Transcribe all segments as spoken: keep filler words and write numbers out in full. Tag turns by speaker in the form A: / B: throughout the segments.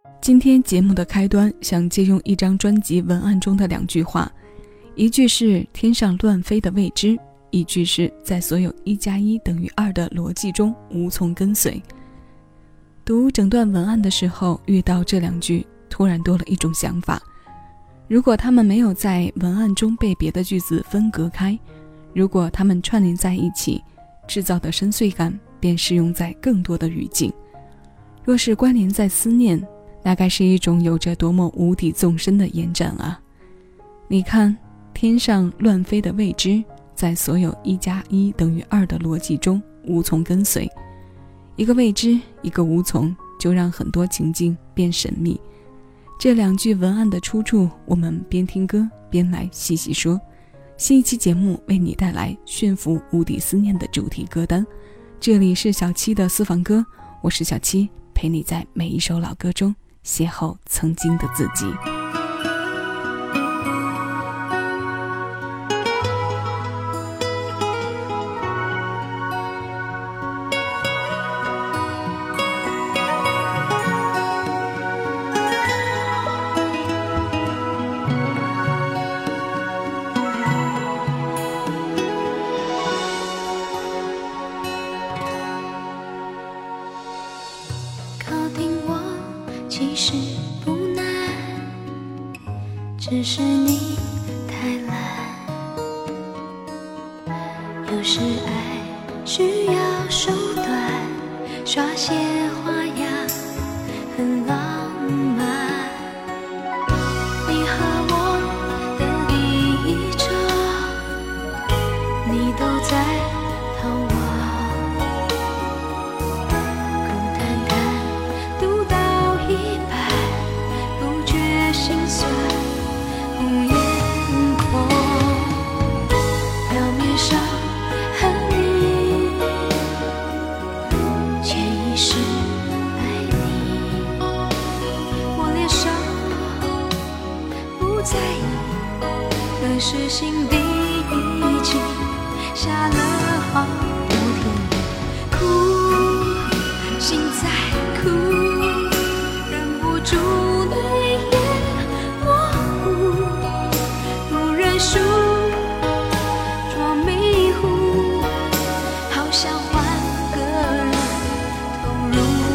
A: 今天节目的开端想借用一张专辑文案中的两句话，一句是天上乱飞的未知，一句是在所有一加一等于二的逻辑中无从跟随。读整段文案的时候，遇到这两句突然多了一种想法，如果他们没有在文案中被别的句子分隔开，如果他们串联在一起，制造的深邃感便适用在更多的语境。若是关联在思念，大概是一种有着多么无底纵深的延展啊！你看，天上乱飞的未知，在所有一加一等于二的逻辑中无从跟随。一个未知，一个无从，就让很多情境变神秘。这两句文案的出处，我们边听歌边来细细说。新一期节目为你带来驯服无底思念的主题歌单。这里是小七的私房歌，我是小七，陪你在每一首老歌中邂逅曾经的自己。
B: 其实不难，只是你太懒。有时爱需要手段，耍些花样很浪漫。你和我的第一场，你都在逃亡。心酸无言空，表面上恨你，潜意识爱你。我脸上不在意，可是心底已经下了好多天，哭，心在哭，忍不住泪眼输，装迷糊，好想换个人投入。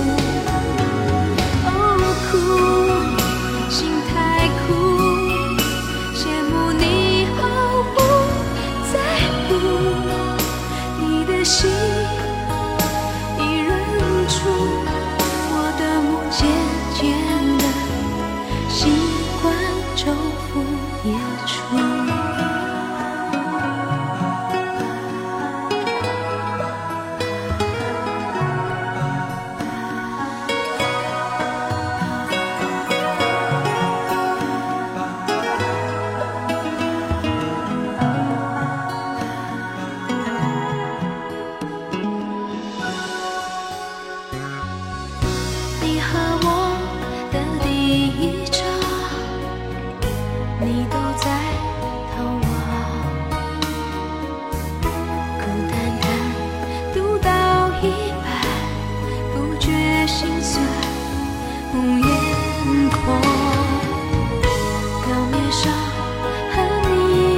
B: 哦，哭，心太苦，羡慕你毫不在乎，你的心已认出我的梦，渐渐的习惯周伏夜出。你和我的第一场，你都在逃亡，孤单单读到一半，不觉心酸无言空，表面上恨你，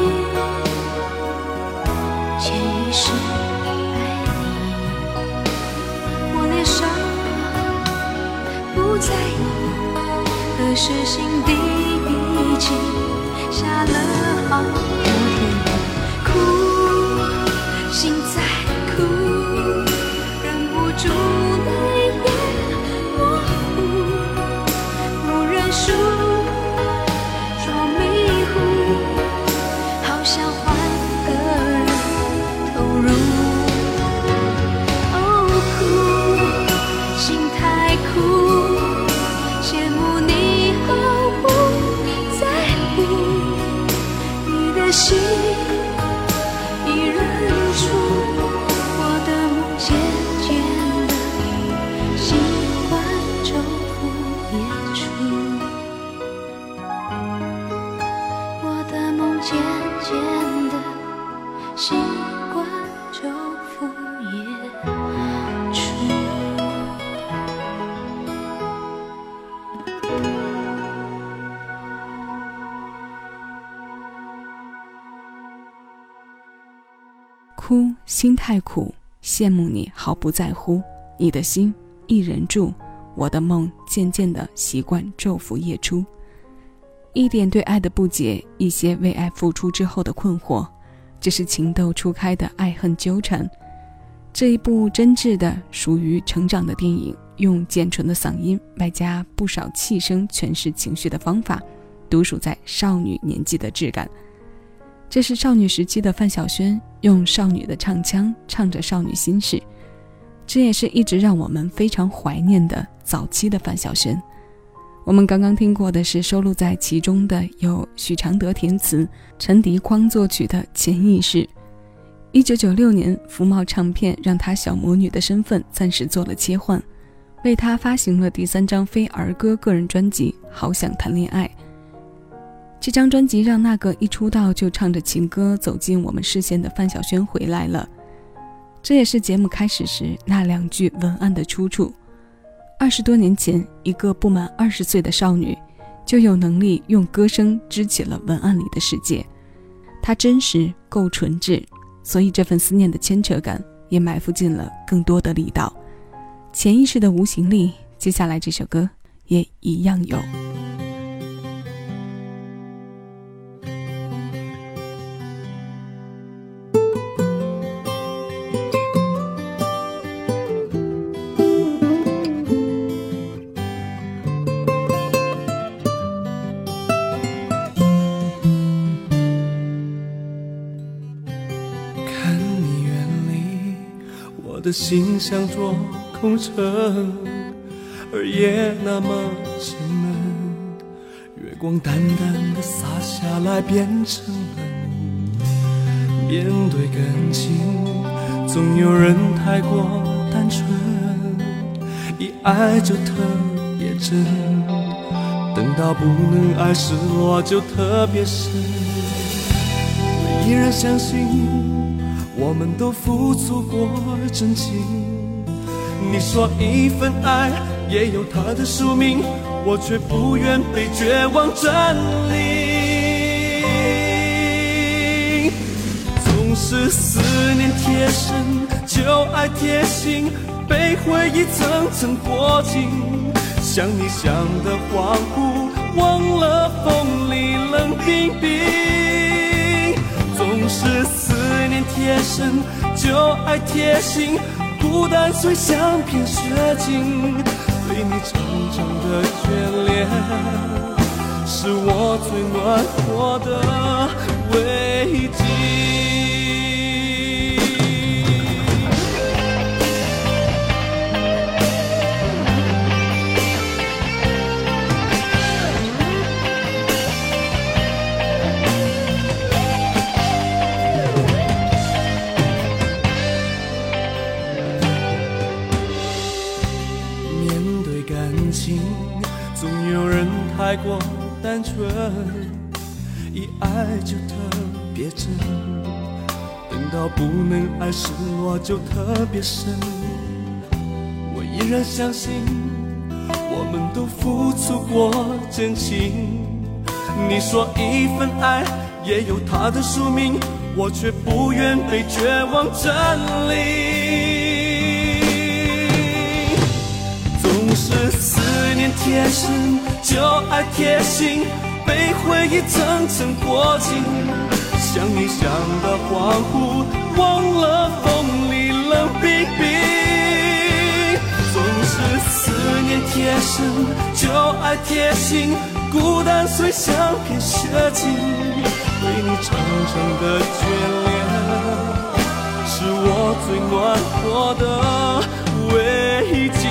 B: 潜意识爱你。我脸上不在意，可是心底已经下了好多天，哭，心在哭，忍不住泪眼模糊，不认输，装迷糊，好想换个人投入。哦，哭，心太苦，羡慕你毫不在乎，你的心
A: 哭，心太苦，羡慕你毫不在乎，你的心一人住，我的梦渐渐地习惯昼伏夜出。一点对爱的不解，一些为爱付出之后的困惑，这是情窦初开的爱恨纠缠。这一部真挚的属于成长的电影，用简纯的嗓音外加不少气声诠释情绪的方法，独属在少女年纪的质感。这是少女时期的范晓萱用少女的唱腔唱着少女心事，这也是一直让我们非常怀念的早期的范晓萱。我们刚刚听过的是收录在其中的由许常德填词、陈迪匡作曲的《潜意识》。一九九六年，福茂唱片让她小魔女的身份暂时做了切换，为她发行了第三张非儿歌个人专辑《好想谈恋爱》。这张专辑让那个一出道就唱着情歌走进我们视线的范晓萱回来了，这也是节目开始时那两句文案的出处。二十多年前，一个不满二十岁的少女就有能力用歌声支起了文案里的世界。她真实够纯挚，所以这份思念的牵扯感也埋伏进了更多的力道。潜意识的无形力，接下来这首歌也一样有。
C: 我的心像座空城，而夜那么沉闷，月光淡淡的洒下来变成冷。面对感情，总有人太过单纯，一爱就特别真，等到不能爱，失落就特别深。我依然相信我们都付出过真情，你说一份爱也有它的宿命，我却不愿被绝望占领。总是思念贴身，就爱贴心，被回忆层层裹紧，想你想得恍惚，忘了风里冷冰冰。总是思念贴身，就爱贴心，孤单虽像片雪景，对你长长的眷恋，是我最暖和的慰藉。总有人太过单纯，一爱就特别真，等到不能爱，失落就特别深。我依然相信我们都付出过真情，你说一份爱也有它的宿命，我却不愿被绝望占领。总是思念贴身，就爱贴心，被回忆层层裹紧，想你想得恍惚，忘了风里冷冰冰。总是思念贴身，就爱贴心，孤单虽像片雪景，对你长长的眷恋，是我最暖和的慰藉。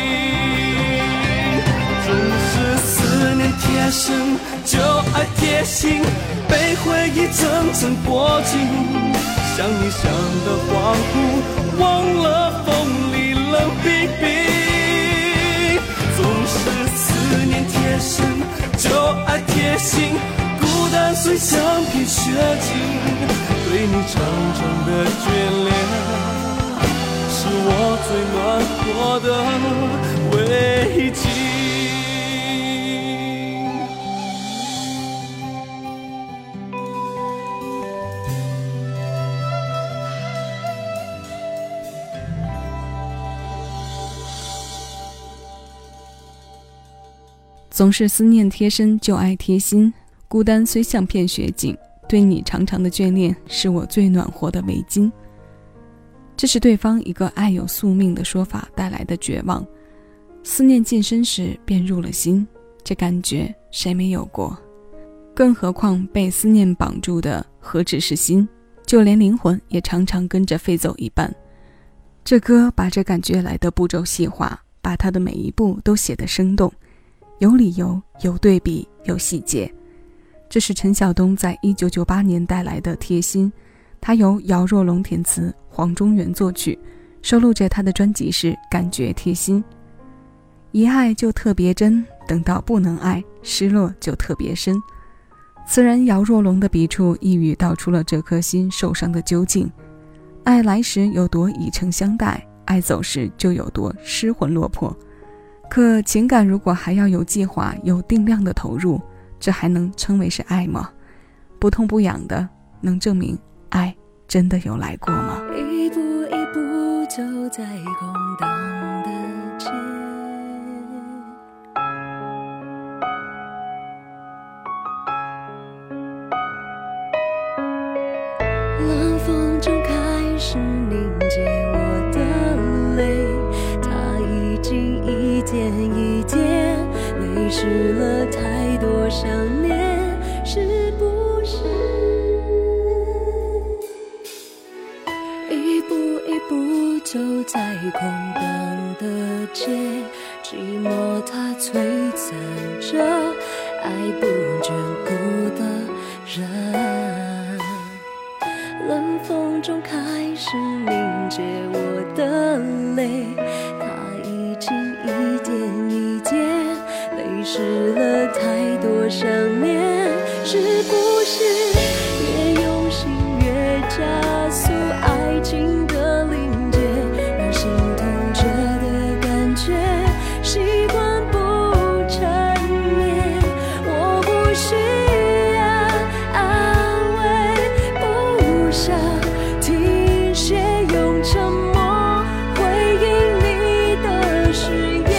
C: 总是思念贴身，就爱贴心，被回忆层层裹紧，想你想得恍惚，忘了风里冷冰冰。总是思念贴身，就爱贴心，孤单虽像片雪景，对你长长的眷恋，是我最暖和的慰藉。
A: 总是思念贴身就爱贴心，孤单虽像片雪景，对你长长的眷恋是我最暖和的围巾。这是对方一个爱有宿命的说法带来的绝望。思念近身时便入了心，这感觉谁没有过？更何况被思念绑住的何止是心，就连灵魂也常常跟着飞走一半。这歌把这感觉来的步骤细化，把它的每一步都写得生动，有理由，有对比，有细节。这是陈晓东在一九九八年带来的贴心，他由姚若龙填词，黄中原作曲，收录着他的专辑是《感觉贴心》。一爱就特别真，等到不能爱，失落就特别深。词人姚若龙的笔触一语道出了这颗心受伤的究竟。爱来时有多以诚相待，爱走时就有多失魂落魄。可情感如果还要有计划，有定量的投入，这还能称为是爱吗？不痛不痒的，能证明爱真的有来过吗？
B: 一步一步走在空荡的街，冷风中开始凝结我的泪，它已经一点一点泪湿了太多想念，是不是一步一步走在空荡的街，寂寞它摧残着爱不眷顾的人，冷风中开始凝结我的泪，它已经一点一点泪湿了太多想念，是不是越用心越加速爱情的临界，让心痛着的感觉习惯不缠绵，我不需要安慰，不想停歇，用沉默回应你的誓言，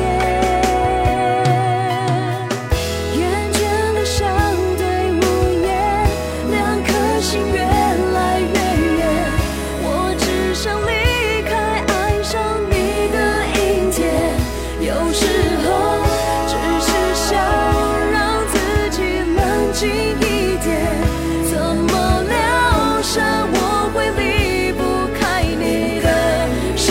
B: 厌倦了相对无言，两颗心越来越远，我只想离开爱上你的阴天，有时候只是想让自己冷静一点，怎么疗伤我会离不开你的身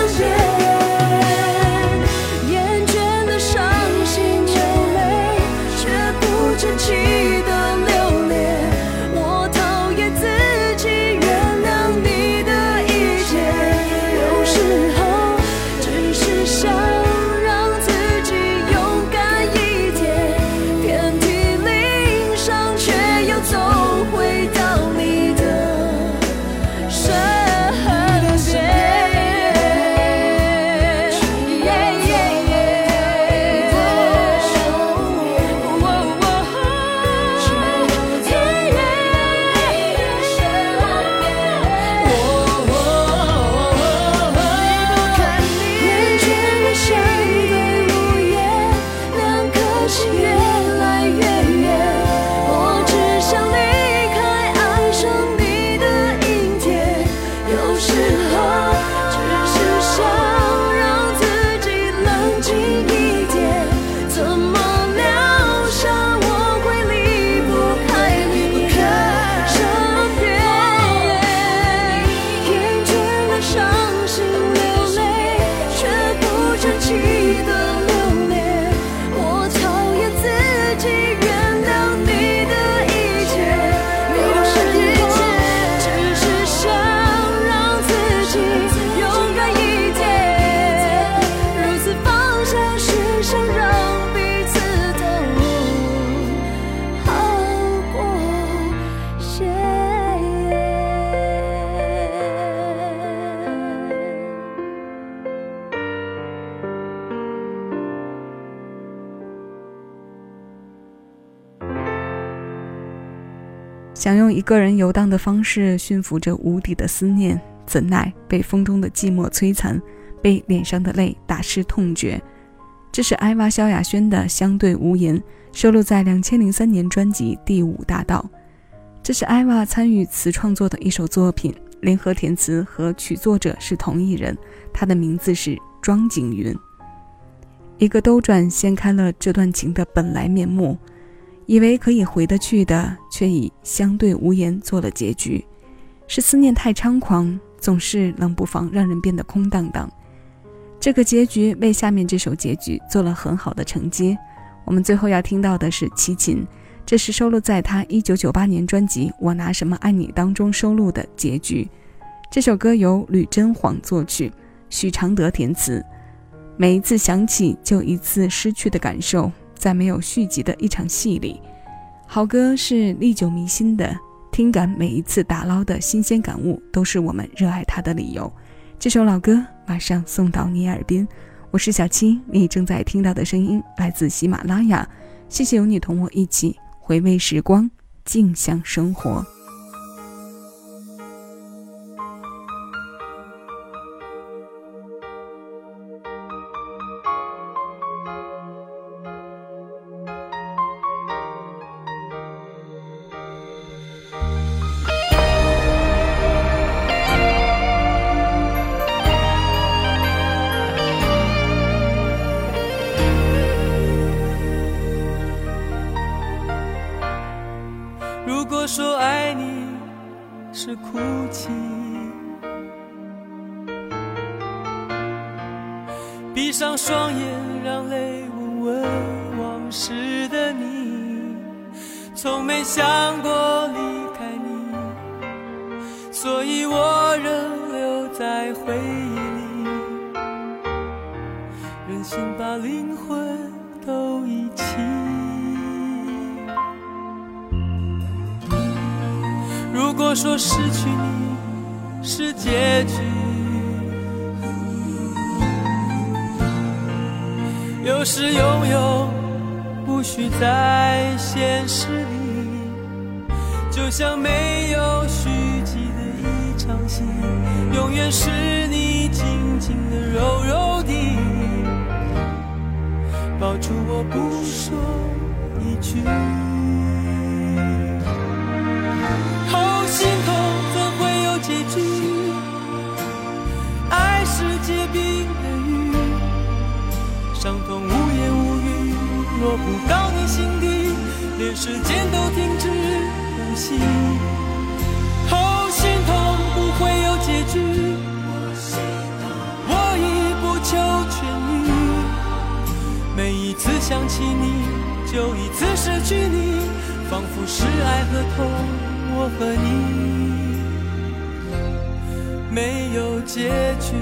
B: 边，厌倦了伤心流泪，却不争气的留恋，我讨厌自己原谅你的一切，有时候只是想让自己勇敢一点，遍体鳞伤却又走回到你的身边。厌倦了相对无言，两颗心越来越远，我只想离开爱上你的阴天，有时候只是想让自己冷静一点，怎么疗伤我会离不开你的身边，厌倦了伤心流泪，却不争气的留恋，我讨厌自己原谅你的一切，有时候只是想让自己勇敢一点，如此放下是想让彼此都好过些。
A: 想用一个人游荡的方式驯服着无底的思念，怎奈被风中的寂寞摧残，被脸上的泪打湿痛觉。 这是艾娃萧亚轩的《相对无言》，收录在两千零三年专辑《第五大道》。这是艾娃参与词创作的一首作品，联合填词和曲作者是同一人，他的名字是庄景云。一个兜转掀开了这段情的本来面目，以为可以回得去的，却以相对无言做了结局。是思念太猖狂，总是冷不防让人变得空荡荡。这个结局为下面这首结局做了很好的承接。我们最后要听到的是齐秦，这是收录在他一九九八年专辑《我拿什么爱你》当中收录的结局。这首歌由吕真晃作曲，许常德填词。每一次想起就一次失去的感受，在没有续集的一场戏里。好歌是历久弥新的，听感每一次打捞的新鲜感悟，都是我们热爱它的理由。这首老歌马上送到你耳边，我是小七，你正在听到的声音来自喜马拉雅。谢谢有你同我一起回味时光，静享生活。
C: 如果说爱你是哭泣，闭上双眼让泪闻闻往事的你，从没想过离开你，所以我仍留在回忆里，任性把灵魂都遗弃。如果说失去你是结局，有时拥有不需在现实里，就像没有续集的一场戏，永远是你紧紧的柔柔地抱住我不说一句。心痛怎会有结局？爱是结冰的雨，伤痛无言无语，落不到你心底，连时间都停止呼吸。哦，心痛不会有结局，我已不求痊愈，每一次想起你，就一次失去你，仿佛是爱和痛，我和你没有结局。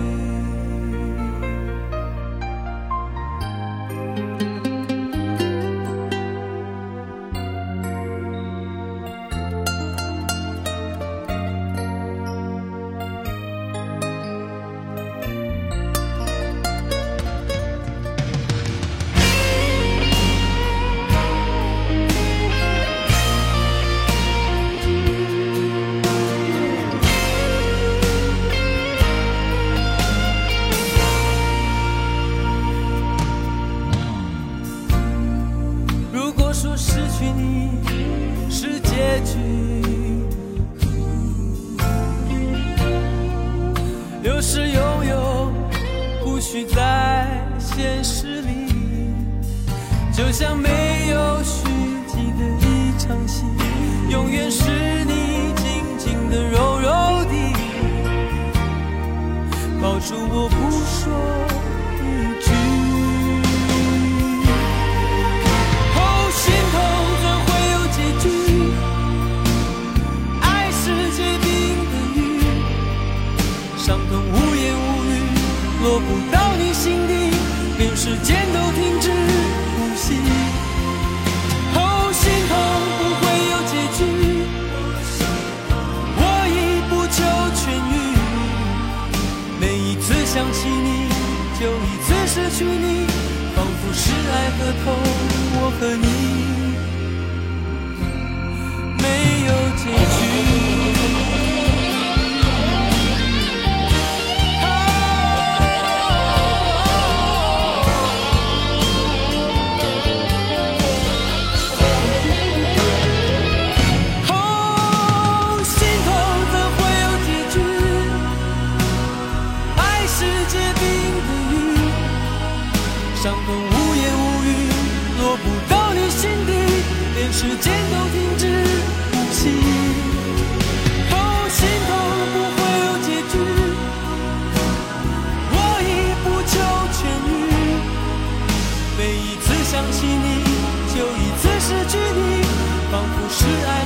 C: 有时拥有不需在现实里，就像没有续集的一场戏，永远是你紧紧的柔柔地抱住我不说一句。哦，心痛怎会有结局？爱是结冰的雨，伤痛无言无语，落不到你心底，连时间都停止呼吸。哦，心痛不会有结局，我已不求痊愈，每一次想起你，就一次失去你，仿佛是爱和痛，我和你没有结局。 时间都停止呼吸，哦，心痛不会有结局，我已不求痊愈，每一次想起你就一次失去你，仿佛是爱